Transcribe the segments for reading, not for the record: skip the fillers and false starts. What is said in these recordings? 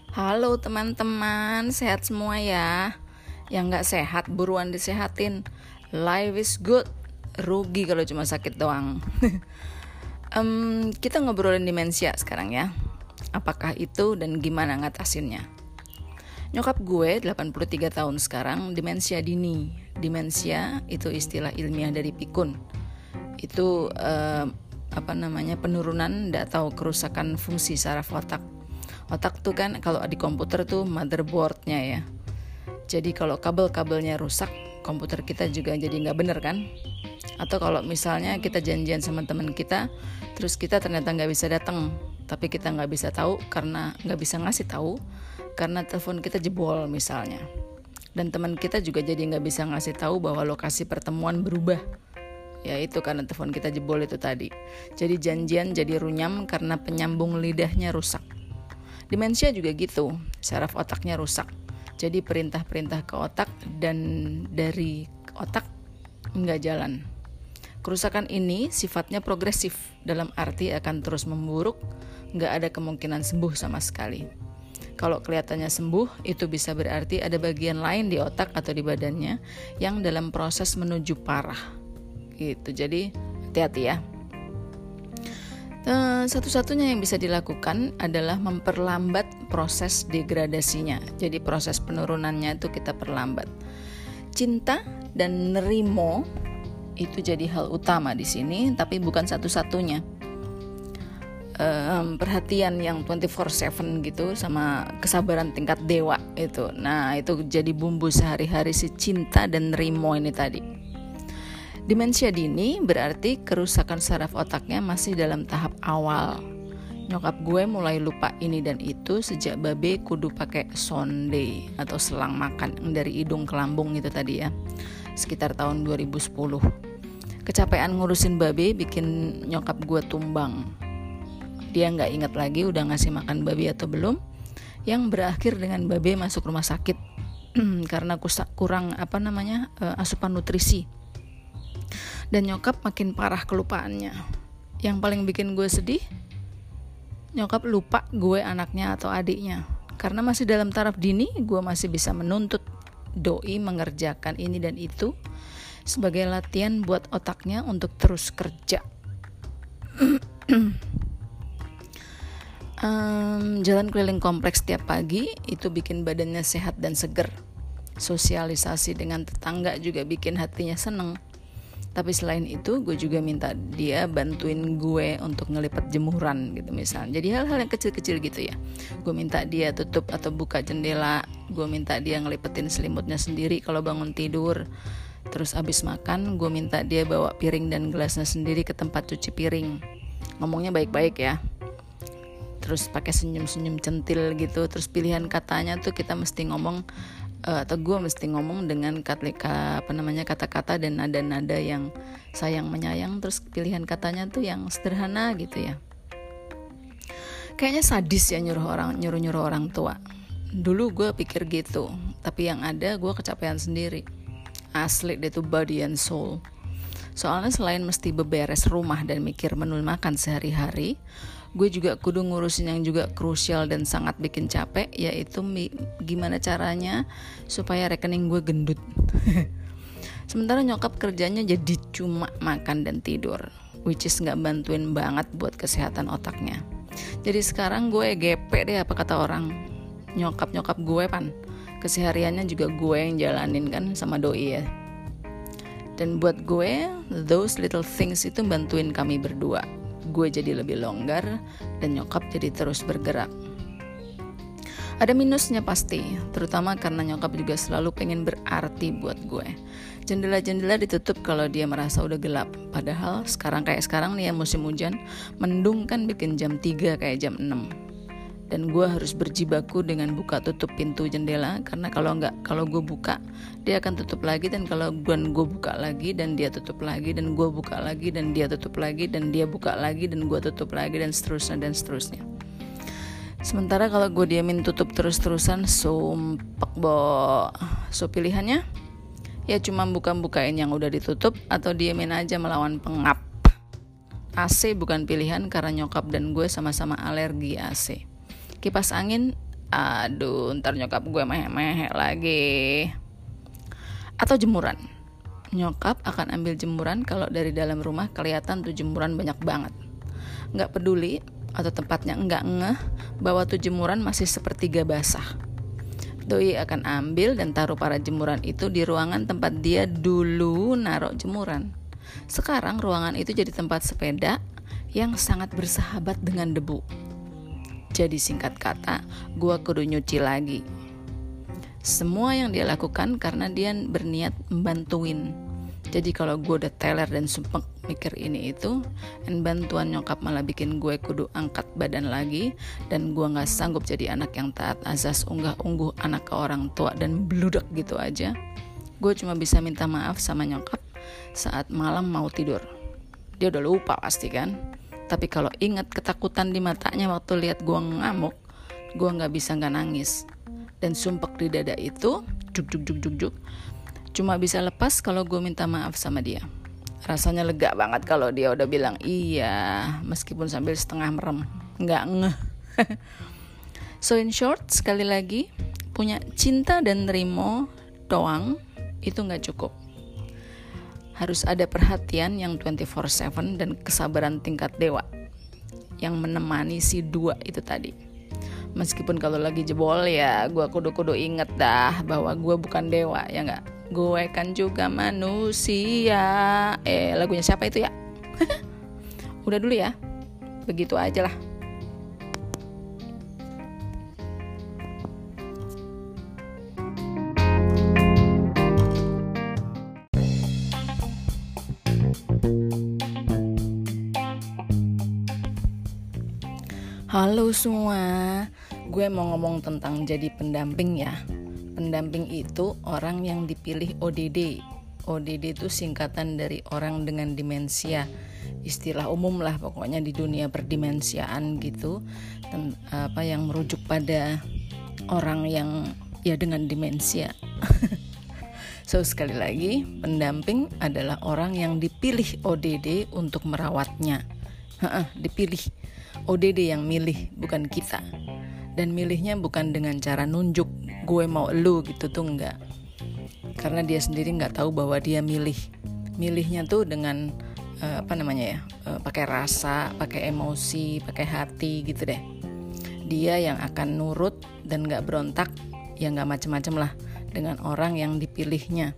Halo teman-teman, sehat semua ya. Yang gak sehat buruan disehatin. Life is good. Rugi kalau cuma sakit doang. Kita ngobrolin demensia sekarang ya. Apakah itu dan gimana ngatasinnya? Nyokap gue 83 tahun sekarang demensia dini. Demensia itu istilah ilmiah dari pikun. Itu penurunan atau kerusakan fungsi saraf otak. Otak tuh kan kalau di komputer tuh motherboardnya ya. Jadi kalau kabel-kabelnya rusak, komputer kita juga jadi nggak bener kan? Atau kalau misalnya kita janjian sama teman kita, terus kita ternyata nggak bisa datang, tapi kita nggak bisa tahu karena nggak bisa ngasih tahu karena telepon kita jebol misalnya. Dan teman kita juga jadi nggak bisa ngasih tahu bahwa lokasi pertemuan berubah. Ya itu karena telepon kita jebol itu tadi. Jadi janjian jadi runyam karena penyambung lidahnya rusak. Demensia juga gitu, saraf otaknya rusak. Jadi perintah-perintah ke otak dan dari otak nggak jalan. Kerusakan ini sifatnya progresif, dalam arti akan terus memburuk, nggak ada kemungkinan sembuh sama sekali. Kalau kelihatannya sembuh, itu bisa berarti ada bagian lain di otak atau di badannya yang dalam proses menuju parah. Gitu, jadi hati-hati ya. Satu-satunya yang bisa dilakukan adalah memperlambat proses degradasinya. Jadi proses penurunannya itu kita perlambat. Cinta dan nerimo itu jadi hal utama di sini, tapi bukan satu-satunya. Perhatian yang 24/7 gitu sama kesabaran tingkat dewa itu. Nah, itu jadi bumbu sehari-hari si cinta dan nerimo ini tadi. Demensia dini berarti kerusakan saraf otaknya masih dalam tahap awal. Nyokap gue mulai lupa ini dan itu sejak babe kudu pakai sonde atau selang makan dari hidung ke lambung itu tadi ya. Sekitar tahun 2010. Kecapean ngurusin babe bikin nyokap gue tumbang. Dia gak ingat lagi udah ngasih makan babe atau belum. Yang berakhir dengan babe masuk rumah sakit karena kurang asupan nutrisi. Dan nyokap makin parah kelupaannya. Yang paling bikin gue sedih, nyokap lupa gue anaknya atau adiknya. Karena masih dalam taraf dini, gue masih bisa menuntut doi mengerjakan ini dan itu sebagai latihan buat otaknya untuk terus kerja. Jalan keliling kompleks tiap pagi itu bikin badannya sehat dan seger. Sosialisasi dengan tetangga juga bikin hatinya seneng. Tapi selain itu gue juga minta dia bantuin gue untuk ngelipet jemuran gitu misalnya. Jadi hal-hal yang kecil-kecil gitu ya. Gue minta dia tutup atau buka jendela. Gue minta dia ngelipetin selimutnya sendiri kalau bangun tidur. Terus abis makan gue minta dia bawa piring dan gelasnya sendiri ke tempat cuci piring. Ngomongnya baik-baik ya. Terus pakai senyum-senyum centil gitu. Terus pilihan katanya tuh kita mesti ngomong atau gue mesti ngomong dengan kata-kata dan nada-nada yang sayang menyayang. Terus pilihan katanya tuh yang sederhana gitu ya. Kayaknya sadis ya nyuruh orang tua. Dulu gue pikir gitu, tapi yang ada gue kecapean sendiri. Asli deh tuh body and soul. Soalnya selain mesti beberes rumah dan mikir menu makan sehari-hari, gue juga kudu ngurusin yang juga krusial dan sangat bikin capek, yaitu gimana caranya supaya rekening gue gendut. Sementara nyokap kerjanya jadi cuma makan dan tidur, which is gak bantuin banget buat kesehatan otaknya. Jadi sekarang gue GP deh apa kata orang. Nyokap gue kesehariannya juga gue yang jalanin kan sama doi ya. Dan buat gue, those little things itu bantuin kami berdua. Gue jadi lebih longgar dan nyokap jadi terus bergerak. Ada minusnya pasti, terutama karena nyokap juga selalu pengen berarti buat gue. Jendela-jendela ditutup kalau dia merasa udah gelap. Padahal sekarang nih ya musim hujan, mendung kan bikin jam 3 kayak jam 6. Dan gue harus berjibaku dengan buka tutup pintu jendela, karena kalau gue buka dia akan tutup lagi, dan kalau gue buka lagi dan dia tutup lagi, dan gue buka lagi dan dia tutup lagi, dan dia buka lagi dan gue tutup lagi, dan seterusnya. Sementara kalau gue diamin tutup terus-terusan, sumpek bo. So pilihannya ya cuma buka-bukain yang udah ditutup atau diamin aja melawan pengap. AC bukan pilihan karena nyokap dan gue sama-sama alergi AC. Kipas angin Aduh, ntar nyokap gue mehe-mehe lagi. Atau jemuran. Nyokap akan ambil jemuran kalau dari dalam rumah kelihatan tuh jemuran banyak banget. Nggak peduli, atau tempatnya nggak ngeh bahwa tuh jemuran masih sepertiga basah. Doi akan ambil dan taruh para jemuran itu di ruangan tempat dia dulu naruh jemuran. Sekarang ruangan itu jadi tempat sepeda yang sangat bersahabat dengan debu. Jadi singkat kata, gue kudu nyuci lagi. Semua yang dia lakukan karena dia berniat membantuin. Jadi kalau gue udah teler dan sumpek mikir ini itu, dan bantuan nyokap malah bikin gue kudu angkat badan lagi, dan gue gak sanggup jadi anak yang taat azas unggah-ungguh anak ke orang tua dan bludak gitu aja. Gue cuma bisa minta maaf sama nyokap saat malam mau tidur. Dia udah lupa pasti kan. Tapi kalau ingat ketakutan di matanya waktu lihat gue ngamuk, gue gak bisa gak nangis. Dan sumpek di dada itu, juk, cuma bisa lepas kalau gue minta maaf sama dia. Rasanya lega banget kalau dia udah bilang iya, meskipun sambil setengah merem, gak ngeh. So in short, sekali lagi, punya cinta dan nerimo doang, itu gak cukup. Harus ada perhatian yang 24/7 dan kesabaran tingkat dewa yang menemani si dua itu tadi. Meskipun kalau lagi jebol ya gue kudu inget dah bahwa gue bukan dewa, ya gak? Gue kan juga manusia. Lagunya siapa itu ya? Udah dulu ya, begitu aja lah. Halo semua, gue mau ngomong tentang jadi pendamping ya. Pendamping itu orang yang dipilih ODD. ODD itu singkatan dari orang dengan demensia. Istilah umum lah pokoknya di dunia perdimensiaan gitu. Yang merujuk pada orang yang ya dengan demensia. So sekali lagi, pendamping adalah orang yang dipilih ODD untuk merawatnya. Dipilih. ODD yang milih, bukan kita. Dan milihnya bukan dengan cara nunjuk gue mau lu gitu tuh, enggak. Karena dia sendiri enggak tahu bahwa dia milih. Milihnya tuh dengan pakai rasa, pakai emosi, pakai hati gitu deh. Dia yang akan nurut dan enggak berontak, ya enggak macem-macem lah dengan orang yang dipilihnya.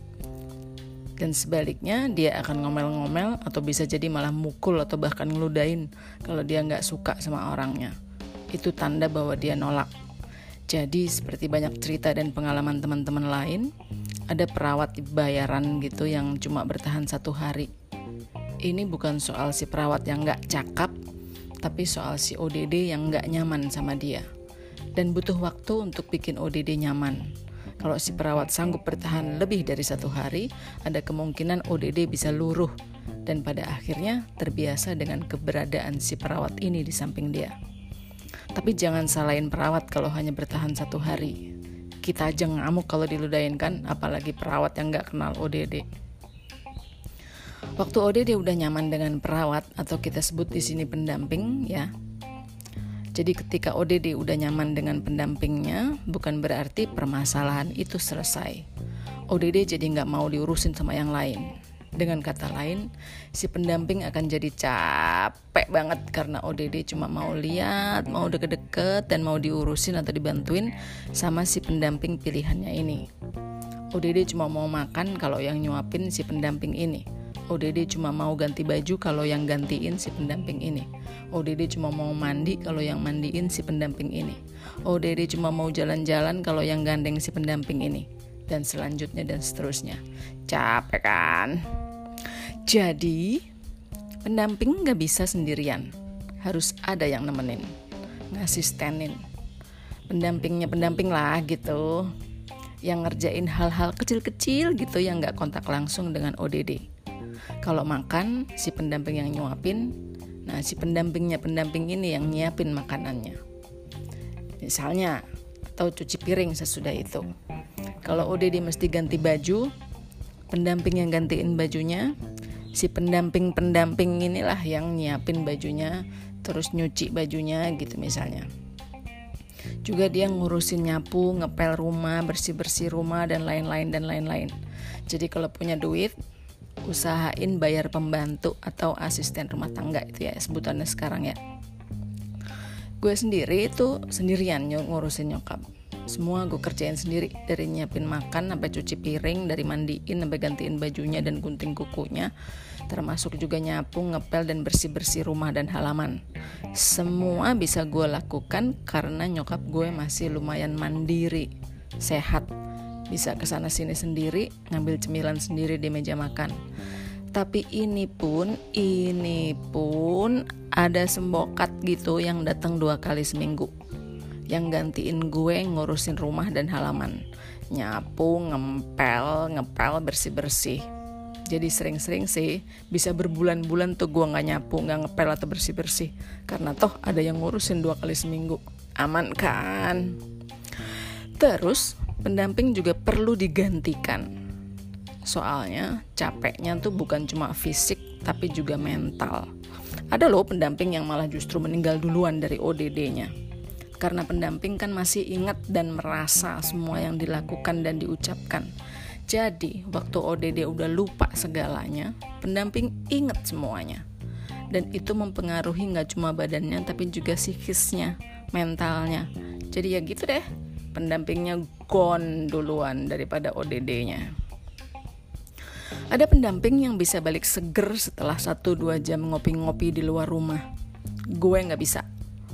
Dan sebaliknya dia akan ngomel-ngomel atau bisa jadi malah mukul atau bahkan ngeludahin kalau dia gak suka sama orangnya. Itu tanda bahwa dia nolak. Jadi seperti banyak cerita dan pengalaman teman-teman lain, ada perawat bayaran gitu yang cuma bertahan 1 hari. Ini bukan soal si perawat yang gak cakap, tapi soal si ODD yang gak nyaman sama dia. Dan butuh waktu untuk bikin ODD nyaman. Kalau si perawat sanggup bertahan lebih dari 1 hari, ada kemungkinan ODD bisa luruh dan pada akhirnya terbiasa dengan keberadaan si perawat ini di samping dia. Tapi jangan salahin perawat kalau hanya bertahan 1 hari. Kita aja ngamuk kalau diludahin kan, apalagi perawat yang gak kenal ODD. Waktu ODD udah nyaman dengan perawat atau kita sebut di sini pendamping ya. Jadi ketika ODD udah nyaman dengan pendampingnya, bukan berarti permasalahan itu selesai. ODD jadi gak mau diurusin sama yang lain. Dengan kata lain, si pendamping akan jadi capek banget karena ODD cuma mau lihat, mau deket-deket, dan mau diurusin atau dibantuin sama si pendamping pilihannya ini. ODD cuma mau makan kalau yang nyuapin si pendamping ini. ODD cuma mau ganti baju kalau yang gantiin si pendamping ini. ODD cuma mau mandi kalau yang mandiin si pendamping ini. ODD cuma mau jalan-jalan kalau yang gandeng si pendamping ini. Dan selanjutnya dan seterusnya. Capek kan? Jadi, pendamping gak bisa sendirian. Harus ada yang nemenin, ngasistenin. Pendampingnya pendamping lah gitu. Yang ngerjain hal-hal kecil-kecil gitu yang gak kontak langsung dengan ODD. Kalau makan, si pendamping yang nyuapin. Nah, si pendampingnya pendamping ini yang nyiapin makanannya. Misalnya, atau cuci piring sesudah itu. Kalau ODD mesti ganti baju, pendamping yang gantiin bajunya, si pendamping inilah yang nyiapin bajunya, terus nyuci bajunya gitu misalnya. Juga dia ngurusin nyapu, ngepel rumah, bersih-bersih rumah, dan lain-lain. Jadi kalau punya duit, usahain bayar pembantu atau asisten rumah tangga, itu ya sebutannya sekarang ya. Gue sendiri itu sendirian ngurusin nyokap. Semua gue kerjain sendiri, dari nyiapin makan sampai cuci piring, dari mandiin sampai gantiin bajunya dan gunting kukunya, termasuk juga nyapu, ngepel, dan bersih-bersih rumah dan halaman. Semua bisa gue lakukan karena nyokap gue masih lumayan mandiri, sehat, bisa kesana sini sendiri, ngambil cemilan sendiri di meja makan. Tapi ini pun ada sembokat gitu yang datang 2 kali seminggu, yang gantiin gue ngurusin rumah dan halaman, nyapu, ngepel, bersih-bersih. Jadi sering-sering sih, bisa berbulan-bulan tuh gue gak nyapu, gak ngepel atau bersih-bersih, karena toh ada yang ngurusin 2 kali seminggu. Aman kan? Terus pendamping juga perlu digantikan, soalnya capeknya tuh bukan cuma fisik tapi juga mental. Ada loh pendamping yang malah justru meninggal duluan dari ODD-nya, karena pendamping kan masih ingat dan merasa semua yang dilakukan dan diucapkan. Jadi waktu ODD udah lupa segalanya, pendamping ingat semuanya. Dan itu mempengaruhi gak cuma badannya tapi juga psikisnya, mentalnya. Jadi ya gitu deh, pendampingnya gone duluan daripada ODD-nya. Ada pendamping yang bisa balik seger setelah 1-2 jam ngopi-ngopi di luar rumah. Gue gak bisa.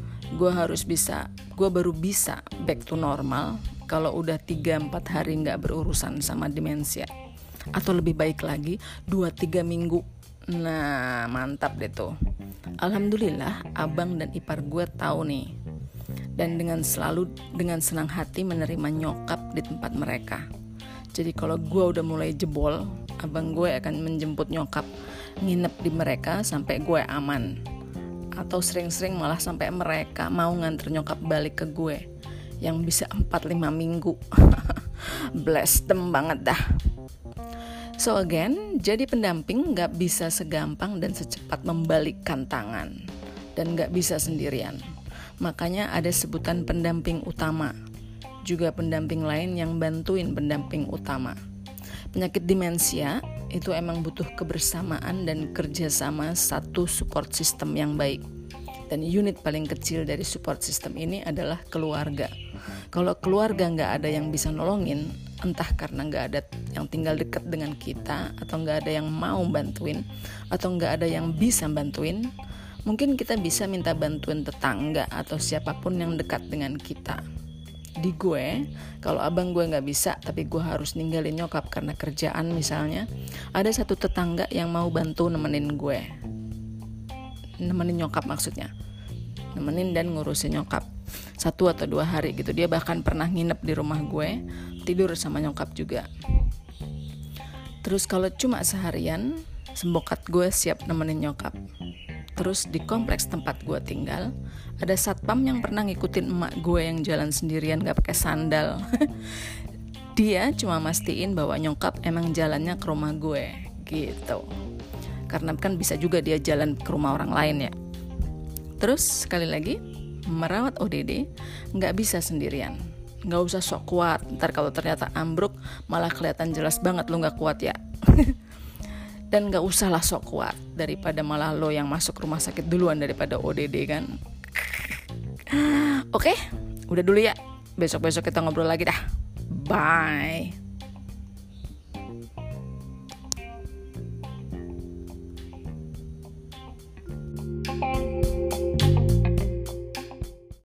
Gue baru bisa back to normal kalau udah 3-4 hari gak berurusan sama demensia. Atau lebih baik lagi 2-3 minggu. Nah mantap deh tuh. Alhamdulillah abang dan ipar gue tahu nih. Dan dengan senang hati menerima nyokap di tempat mereka. Jadi kalau gue udah mulai jebol, abang gue akan menjemput nyokap, nginep di mereka sampai gue aman. Atau sering-sering malah sampai mereka mau nganter nyokap balik ke gue, yang bisa 4-5 minggu. Bless them banget dah. So again, jadi pendamping gak bisa segampang dan secepat membalikkan tangan, dan gak bisa sendirian. Makanya ada sebutan pendamping utama, juga pendamping lain yang bantuin pendamping utama. Penyakit demensia itu emang butuh kebersamaan dan kerjasama satu support system yang baik. Dan unit paling kecil dari support system ini adalah keluarga. Kalau keluarga gak ada yang bisa nolongin, entah karena gak ada yang tinggal dekat dengan kita, atau gak ada yang mau bantuin, atau gak ada yang bisa bantuin, mungkin kita bisa minta bantuan tetangga atau siapapun yang dekat dengan kita. Di gue, kalau abang gue gak bisa tapi gue harus ninggalin nyokap karena kerjaan misalnya, ada satu tetangga yang mau bantu nemenin nyokap maksudnya, nemenin dan ngurusin nyokap 1 atau 2 hari gitu. Dia bahkan pernah nginep di rumah gue, tidur sama nyokap juga. Terus kalau cuma seharian, sembokat gue siap nemenin nyokap. Terus di kompleks tempat gue tinggal, ada satpam yang pernah ngikutin emak gue yang jalan sendirian gak pakai sandal. Dia cuma mastiin bahwa nyokap emang jalannya ke rumah gue gitu. Karena kan bisa juga dia jalan ke rumah orang lain ya. Terus sekali lagi, merawat ODD gak bisa sendirian. Gak usah sok kuat, ntar kalau ternyata ambruk malah kelihatan jelas banget lo gak kuat ya. Dan gak usah lah sok kuat, daripada malah lo yang masuk rumah sakit duluan daripada ODD kan. Oke, udah dulu ya. Besok-besok kita ngobrol lagi dah. Bye.